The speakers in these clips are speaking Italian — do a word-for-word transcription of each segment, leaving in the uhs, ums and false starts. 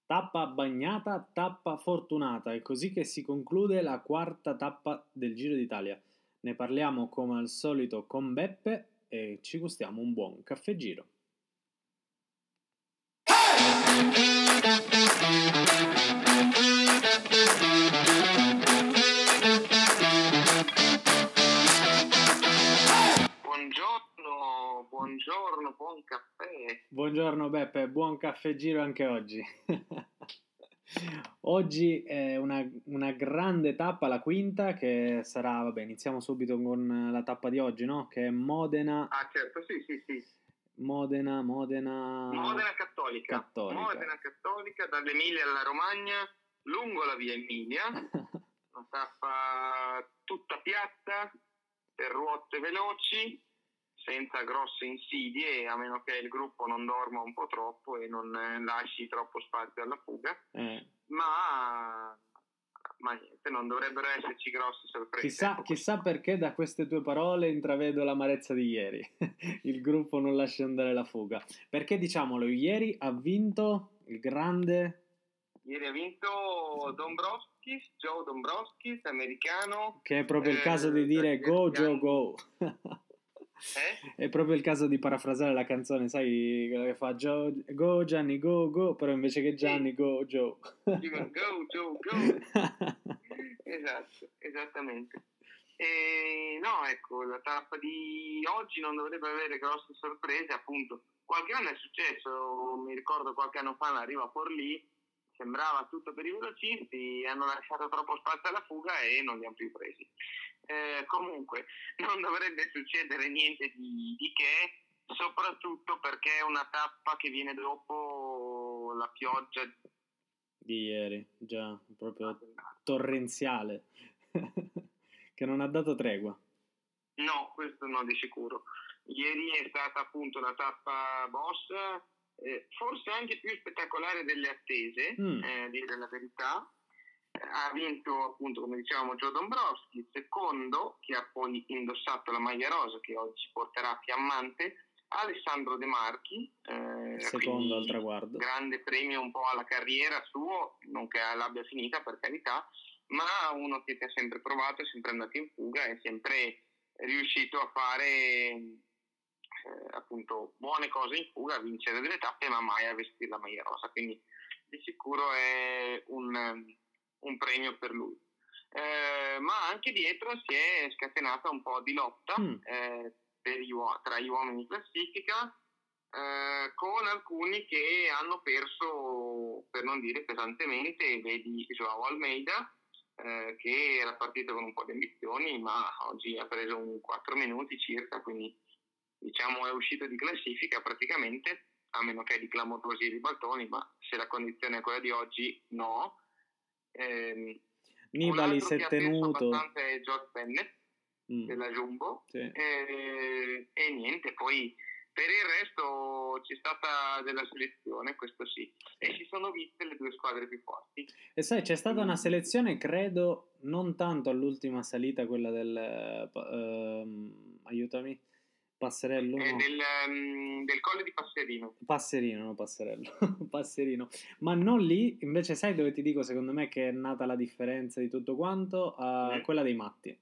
Tappa bagnata, tappa fortunata, è così che si conclude la quarta tappa del Giro d'Italia. Ne parliamo come al solito con Beppe e ci gustiamo un buon caffè giro. Buongiorno, buongiorno, buon caffè. Buongiorno Beppe, buon caffè giro anche oggi. Oggi è una, una grande tappa, la quinta, che sarà, vabbè, iniziamo subito con la tappa di oggi, no? Che è Modena. Ah, certo, sì, sì, sì. Modena, Modena... Modena Cattolica. Cattolica. Modena Cattolica, dall'Emilia alla Romagna, lungo la via Emilia. Una tappa tutta piatta, per ruote veloci, senza grosse insidie, a meno che il gruppo non dorma un po' troppo e non lasci troppo spazio alla fuga. Eh. Ma... ma niente, non dovrebbero esserci grosse sorprese. Chissà, ecco, chissà perché da queste tue parole intravedo l'amarezza di ieri. Il gruppo non lascia andare la fuga. Perché, diciamolo, ieri ha vinto il grande... Ieri ha vinto Dombrovskis, Joe Dombrovskis, americano. Che è proprio il eh, caso di dire go Joe go. Eh? È proprio il caso di parafrasare la canzone, sai, quella che fa Joe, go Gianni, go go, però invece che Gianni, Sì. go Joe. Go Joe go. Esatto, esattamente. E no, ecco, la tappa di oggi non dovrebbe avere grosse sorprese, appunto. Qualche anno è successo, mi ricordo qualche anno fa l'arrivo a Forlì, sembrava tutto per i velocisti, hanno lasciato troppo spazio alla fuga e non li hanno più presi. Eh, comunque, non dovrebbe succedere niente di, di che, soprattutto perché è una tappa che viene dopo la pioggia di ieri, già, proprio torrenziale, che non ha dato tregua. No, questo no di sicuro. Ieri è stata appunto la tappa boss, eh, forse anche più spettacolare delle attese, Mm. eh, a dire la verità. Ha vinto appunto, come dicevamo, Joe Dombrovskis, secondo, che ha poi indossato la maglia rosa che oggi porterà a Fiammante, Alessandro De Marchi, eh, Secondo al traguardo. grande premio un po' alla carriera suo, non che l'abbia finita per carità, ma uno che ti ha sempre provato, è sempre andato in fuga, è sempre riuscito a fare eh, appunto buone cose in fuga, a vincere delle tappe, ma mai a vestire la maglia rosa, quindi di sicuro è un un premio per lui. Eh, ma anche dietro si è scatenata un po' di lotta Mm. eh, per gli uo- tra gli uomini in classifica, eh, con alcuni che hanno perso, per non dire pesantemente. Vedi Joao Almeida, eh, che era partito con un po' di ambizioni, ma oggi ha preso un quattro minuti circa, quindi diciamo è uscito di classifica praticamente, a meno che di clamorosi ribaltoni, ma se la condizione è quella di oggi, no. Eh, Nibali si è tenuto. Abbastanza è George Bennett Mm. della Jumbo. Sì. eh, e niente, poi per il resto c'è stata della selezione, questo sì, e si sono viste le due squadre più forti. E sai, c'è stata una selezione, credo, non tanto all'ultima salita, quella del eh, pa- ehm, aiutami, Passerello, Eh, no. del, um, del Colle di Passerino. Passerino, no Passerello, Passerino. Ma non lì, invece sai dove ti dico secondo me che è nata la differenza di tutto quanto? A Mm. quella dei matti.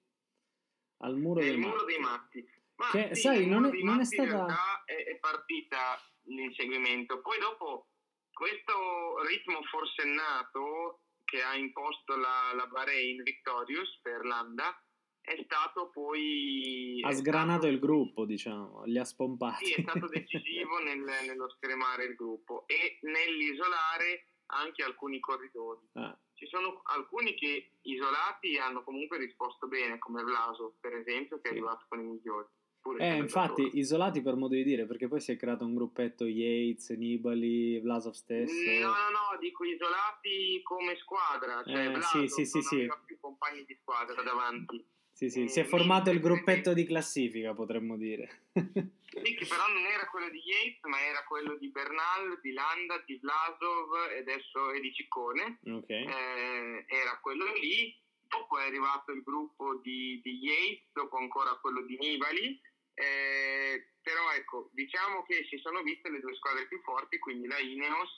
Al muro Nel dei muro matti. dei matti. Ma Che, sì, sai, nel non muro è, dei non è matti in stata... realtà è, è partita l'inseguimento. Poi dopo questo ritmo forsennato che ha imposto la, la Bahrain Victorious per Landa è stato poi... Ha è sgranato stato, il gruppo, diciamo, li ha spompati. Sì, è stato decisivo nel, nello scremare il gruppo e nell'isolare anche alcuni corridori. Ah. Ci sono alcuni che isolati hanno comunque risposto bene, come Vlasov per esempio, che Sì. è arrivato con i migliori. Pure Eh, essendo infatti, solo. isolati per modo di dire, perché poi si è creato un gruppetto Yates, Nibali, Vlasov stesso. No, no, no, dico isolati come squadra, cioè Eh, Vlasov sì, sì, sì, non sì. aveva più compagni di squadra davanti. Sì, sì, Eh, si è formato il mentre, per gruppetto esempio, di classifica, potremmo dire. Sì, che però non era quello di Yates, ma era quello di Bernal, di Landa, di Vlasov e adesso e di Ciccone. Ok. Eh, era quello lì. Dopo è arrivato il gruppo di, di Yates, dopo ancora quello di Nibali. Eh, però ecco, diciamo che si sono viste le due squadre più forti, quindi la Ineos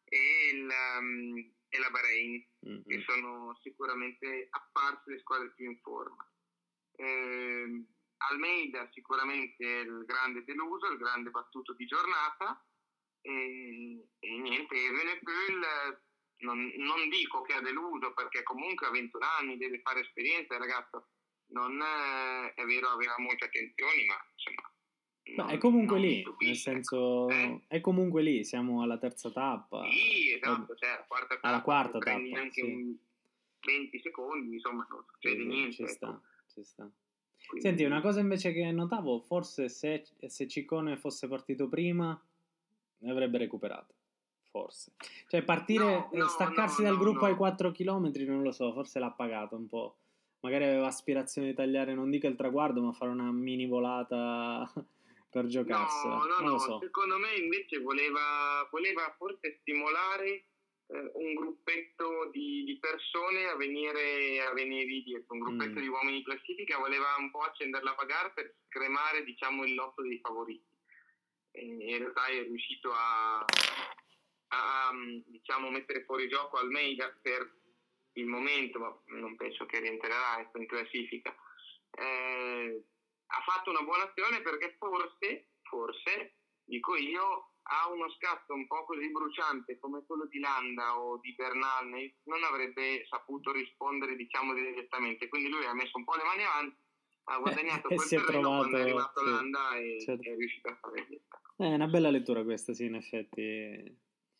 e, il, um, e la Bahrain, mm-hmm. che sono sicuramente apparse le squadre più in forma. Eh, Almeida sicuramente è il grande deluso, il grande battuto di giornata, e, e niente, Evenepoel non, non dico che ha deluso, perché comunque ha ventuno anni, deve fare esperienza, il ragazzo non è, è vero, aveva molte attenzioni, ma insomma non, Beh, è comunque lì, nel senso eh? è comunque lì, siamo alla terza tappa. Sì, esatto, cioè la quarta tappa, alla quarta tappa, anche sì. venti secondi, insomma non succede sì, niente. Ci ecco. sta, ci sta. Quindi... Senti, una cosa invece che notavo, forse se, se Ciccone fosse partito prima ne avrebbe recuperato, forse. Cioè partire, no, no, staccarsi no, dal no, gruppo no. ai quattro chilometri, non lo so, forse l'ha pagato un po'. Magari aveva aspirazione di tagliare, non dico il traguardo, ma fare una mini volata per giocarsela. No, no, non no, lo so. Secondo me invece voleva, voleva forse stimolare eh, un gruppetto di, di persone a venire, a venire dietro, un gruppetto mm. di uomini in classifica, voleva un po' accendere la bagarre per scremare, diciamo, il lotto dei favoriti. E in realtà è riuscito a, a diciamo, mettere fuori gioco Almeida per il momento, ma non penso che rientrerà in classifica. Eh, ha fatto una buona azione perché forse, forse, dico io, ha uno scatto un po' così bruciante come quello di Landa o di Bernal, non avrebbe saputo rispondere, diciamo, direttamente. Quindi lui ha messo un po' le mani avanti, ha guadagnato quel terreno trovato, quando è arrivato sì, Landa e certo. è riuscito a fare il È una bella lettura questa, sì, in effetti è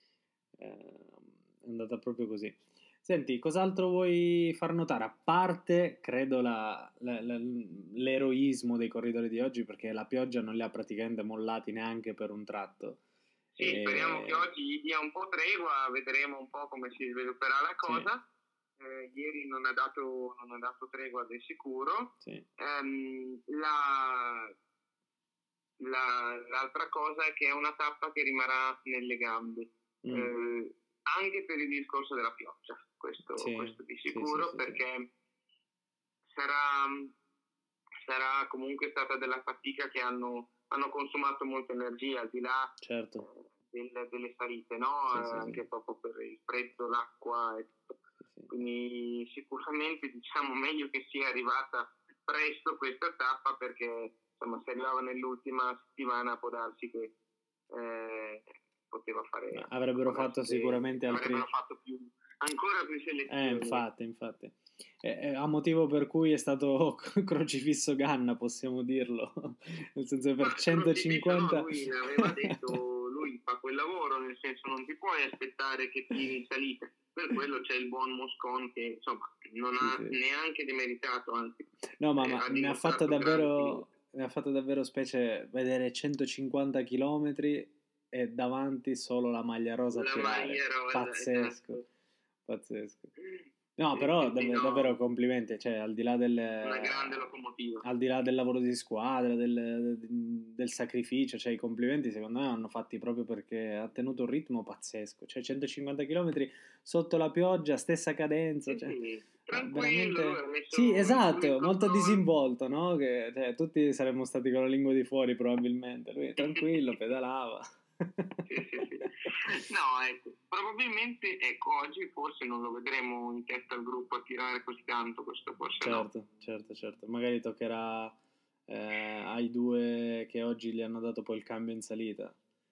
andata proprio così. Senti, cos'altro vuoi far notare? A parte, credo, la, la, la, l'eroismo dei corridori di oggi, perché la pioggia non li ha praticamente mollati neanche per un tratto. Sì, e... speriamo che oggi gli dia un po' tregua, vedremo un po' come si svilupperà la cosa. Sì. Eh, ieri non ha dato, non ha dato tregua di sicuro. Sì. Um, la, la, l'altra cosa è che è una tappa che rimarrà nelle gambe. Mm. Eh, anche per il discorso della pioggia, questo, sì, questo di sicuro, sì, sì, perché sì. Sarà, sarà comunque stata della fatica che hanno, hanno consumato molta energia, al di là certo. eh, del, delle salite, no? Sì, eh, sì, anche sì. proprio per il freddo, l'acqua e tutto. Sì, sì. Quindi sicuramente diciamo meglio che sia arrivata presto questa tappa, perché insomma se arrivava nell'ultima settimana può darsi che eh, poteva fare. Ma avrebbero fatto sicuramente altri. Avrebbero fatto più, ancora più selezioni. Eh, infatti, infatti. Eh, a motivo per cui è stato crocifisso Ganna, possiamo dirlo. Nel senso, per ma centocinquanta. No, lui aveva detto, lui fa quel lavoro, nel senso non ti puoi aspettare che tiri in salita. Per quello c'è il buon Moscon che insomma non ha sì, sì. neanche demeritato, anzi. No, ma, eh, ma mi ha fatto davvero. Mi ha fatto davvero specie vedere centocinquanta chilometri e davanti solo la maglia rosa la a tirare. Maglia rosa, pazzesco, esatto. pazzesco. No, sì, però sì, dav- no. davvero complimenti, cioè al di là del una grande locomotiva. Al di là del lavoro di squadra, del, del sacrificio, cioè i complimenti secondo me hanno fatti proprio perché ha tenuto un ritmo pazzesco, cioè centocinquanta chilometri sotto la pioggia, stessa cadenza, sì, cioè sì. no, veramente sì, esatto, molto disinvolto, no? Che cioè, tutti saremmo stati con la lingua di fuori probabilmente, lui tranquillo, pedalava. Sì, sì, sì. No, ecco, probabilmente ecco, oggi forse non lo vedremo in testa al gruppo a tirare così tanto, questo forse certo, no. Certo, certo, magari toccherà eh, ai due che oggi gli hanno dato poi il cambio in salita.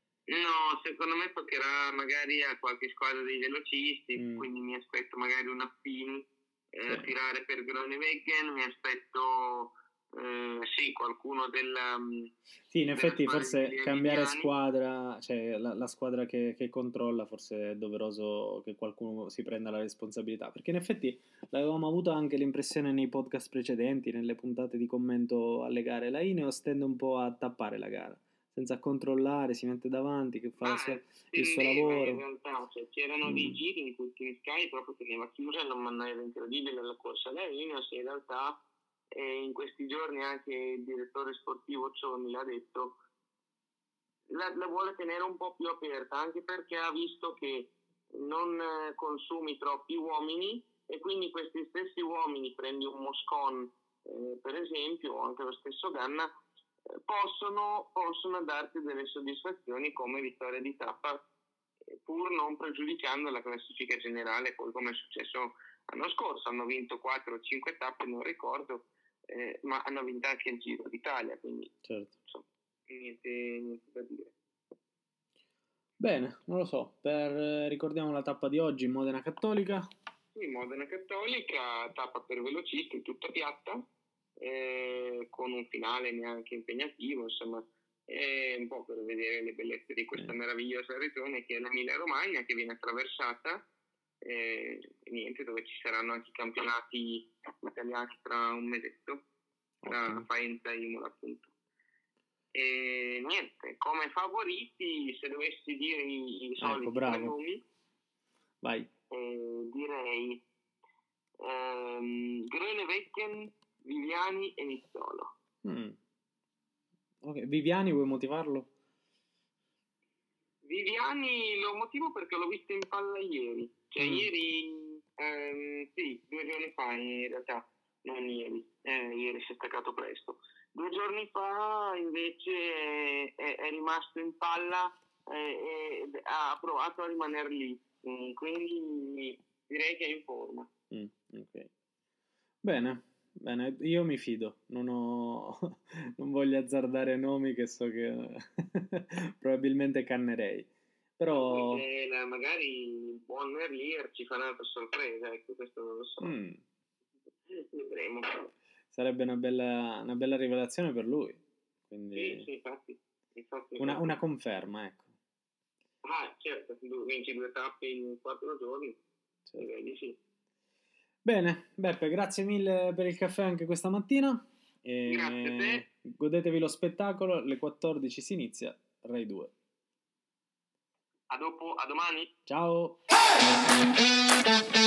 No, secondo me toccherà magari a qualche squadra dei velocisti, mm. quindi mi aspetto magari un Affini eh, sì. a tirare per Groenewegen, mi aspetto eh, sì, qualcuno della sì, in effetti forse cambiare squadra, cioè la, la squadra che, che controlla, forse è doveroso che qualcuno si prenda la responsabilità, perché in effetti l'avevamo avuto anche l'impressione nei podcast precedenti, nelle puntate di commento alle gare, la Ineos tende un po' a tappare la gara, senza controllare, si mette davanti, che fa ah, il, suo, il suo lavoro. In realtà, cioè, c'erano mm. dei giri in cui Team Sky proprio teneva chiusa in maniera incredibile la corsa. Lei Ineos in realtà, eh, in questi giorni anche il direttore sportivo Cioni l'ha detto, la, la vuole tenere un po' più aperta, anche perché ha visto che non eh, consumi troppi uomini e quindi questi stessi uomini, prendi un Moscon eh, per esempio, o anche lo stesso Ganna, Possono, possono darti delle soddisfazioni come vittoria di tappa, pur non pregiudicando la classifica generale, poi come è successo l'anno scorso. Hanno vinto quattro o cinque tappe, non ricordo, eh, ma hanno vinto anche il Giro d'Italia, quindi certo. insomma, niente, niente da dire. Bene, non lo so, per, ricordiamo la tappa di oggi, Modena Cattolica. Sì, Modena Cattolica, tappa per velocisti, tutta piatta, eh, con un finale neanche impegnativo, insomma, è un po' per vedere le bellezze di questa Mm. meravigliosa regione che è l'Emilia Romagna, che viene attraversata, eh, e niente, dove ci saranno anche i campionati italiani tra un mesetto, tra Ottimo. Faenza e Imola, appunto. E niente, come favoriti, se dovessi dire i, i soliti Ecco, tre bravo. nomi, Vai. eh, direi ehm, Groenewegen, Viviani e Nizzolo. Mm. Ok, Viviani, vuoi motivarlo? Viviani lo motivo perché l'ho visto in palla ieri, cioè Mm. ieri, ehm, sì, due giorni fa in realtà, non ieri, eh, ieri si è staccato presto. Due giorni fa invece è, è rimasto in palla eh, e ha provato a rimanere lì, mm, quindi direi che è in forma. Mm, ok. Bene, bene, io mi fido, non ho, non voglio azzardare nomi che so che probabilmente cannerei, però Perché la- magari il buon Merlier ci fa un'altra sorpresa, ecco, questo non lo so. mm, Vedremo. sarebbe una bella, una bella rivelazione per lui, quindi Sì, sì, infatti. infatti una, infatti. una conferma, ecco. Ah, certo, du- vinci due tappe in quattro giorni, Certo. direi di sì. Bene, Beppe, grazie mille per il caffè anche questa mattina. E Grazie a te. godetevi lo spettacolo, alle quattordici si inizia, Rai due. A dopo, a domani. Ciao!